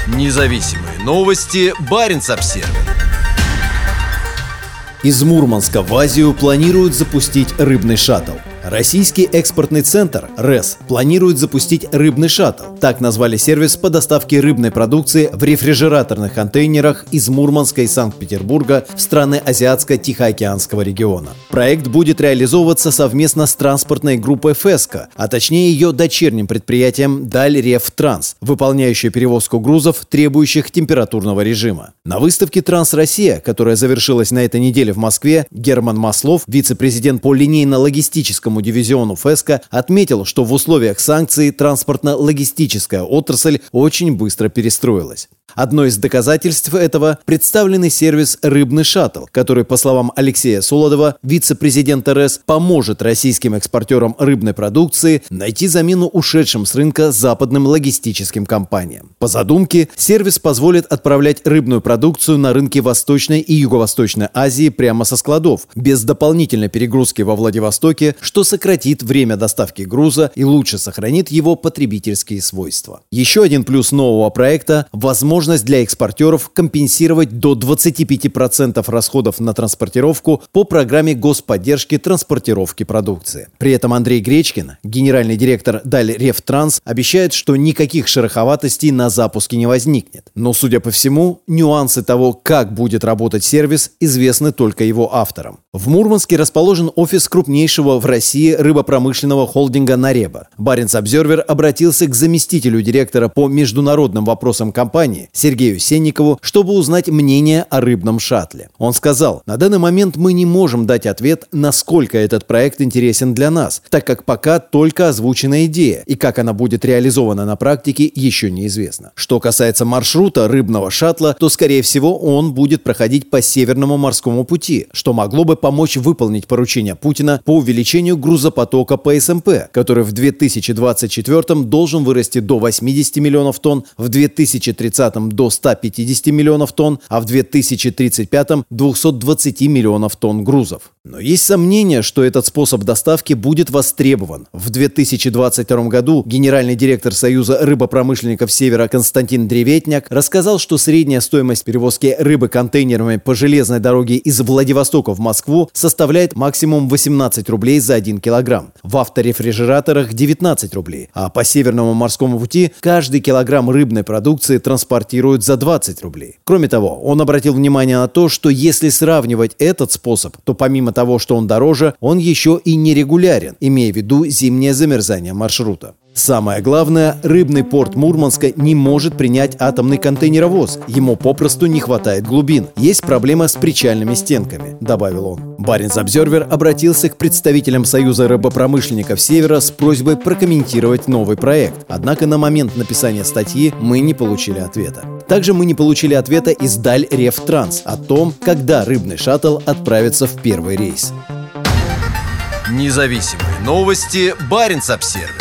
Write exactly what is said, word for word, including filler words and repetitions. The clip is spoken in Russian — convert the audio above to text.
Независимые новости. Баренц-Обсервис. Из Мурманска в Азию планируют запустить рыбный шаттл. Российский экспортный центр РЭС планирует запустить рыбный шаттл. Так назвали сервис по доставке рыбной продукции в рефрижераторных контейнерах из Мурманска и Санкт-Петербурга в страны Азиатско-Тихоокеанского региона. Проект будет реализовываться совместно с транспортной группой ФЭСКО, а точнее ее дочерним предприятием Дальрефтранс, выполняющей перевозку грузов, требующих температурного режима. На выставке «Транс-Россия», которая завершилась на этой неделе в Москве, Герман Маслов, вице-президент по линейно-логистическому дивизиону ФЭСКО, отметил, что в условиях санкций транспортно-логистическая отрасль очень быстро перестроилась. Одно из доказательств этого – представленный сервис «Рыбный шаттл», который, по словам Алексея Солодова, вице-президента РЭС, поможет российским экспортерам рыбной продукции найти замену ушедшим с рынка западным логистическим компаниям. По задумке, сервис позволит отправлять рыбную продукцию на рынки Восточной и Юго-Восточной Азии прямо со складов, без дополнительной перегрузки во Владивостоке, что сократит время доставки груза и лучше сохранит его потребительские свойства. Еще один плюс нового проекта – возможность Возможность для экспортеров компенсировать до двадцати пяти процентов расходов на транспортировку по программе господдержки транспортировки продукции. При этом Андрей Гречкин, генеральный директор Дальрефтранс, обещает, что никаких шероховатостей на запуске не возникнет. Но, судя по всему, нюансы того, как будет работать сервис, известны только его авторам. В Мурманске расположен офис крупнейшего в России рыбопромышленного холдинга «Нареба». Баренц-Обсервис обратился к заместителю директора по международным вопросам компании Сергею Сенникову, чтобы узнать мнение о рыбном шаттле. Он сказал: «На данный момент мы не можем дать ответ, насколько этот проект интересен для нас, так как пока только озвучена идея, и как она будет реализована на практике, еще неизвестно. Что касается маршрута рыбного шаттла, то, скорее всего, он будет проходить по Северному морскому пути, что могло бы помочь выполнить поручение Путина по увеличению грузопотока по СМП, который в две тысячи двадцать четвёртом должен вырасти до восьмидесяти миллионов тонн, в две тысячи тридцатом до ста пятидесяти миллионов тонн, а в две тысячи тридцать пятом – двухсот двадцати миллионов тонн грузов. Но есть сомнение, что этот способ доставки будет востребован. В две тысячи двадцать втором году генеральный директор Союза рыбопромышленников Севера Константин Древятняк рассказал, что средняя стоимость перевозки рыбы контейнерами по железной дороге из Владивостока в Москву составляет максимум восемнадцать рублей за один килограмм, в авторефрижераторах девятнадцать рублей, а по Северному морскому пути каждый килограмм рыбной продукции транспортируют за двадцать рублей. Кроме того, он обратил внимание на то, что если сравнивать этот способ, то помимо того, что он дороже, он еще и нерегулярен, имея в виду зимнее замерзание маршрута. Самое главное, рыбный порт Мурманска не может принять атомный контейнеровоз. Ему попросту не хватает глубин. Есть проблема с причальными стенками, добавил он. Баренц-Обсервис обратился к представителям Союза рыбопромышленников Севера с просьбой прокомментировать новый проект. Однако на момент написания статьи мы не получили ответа. Также мы не получили ответа из Дальрефтранс о том, когда рыбный шаттл отправится в первый рейс. Независимые новости. Баренц-Обсервис.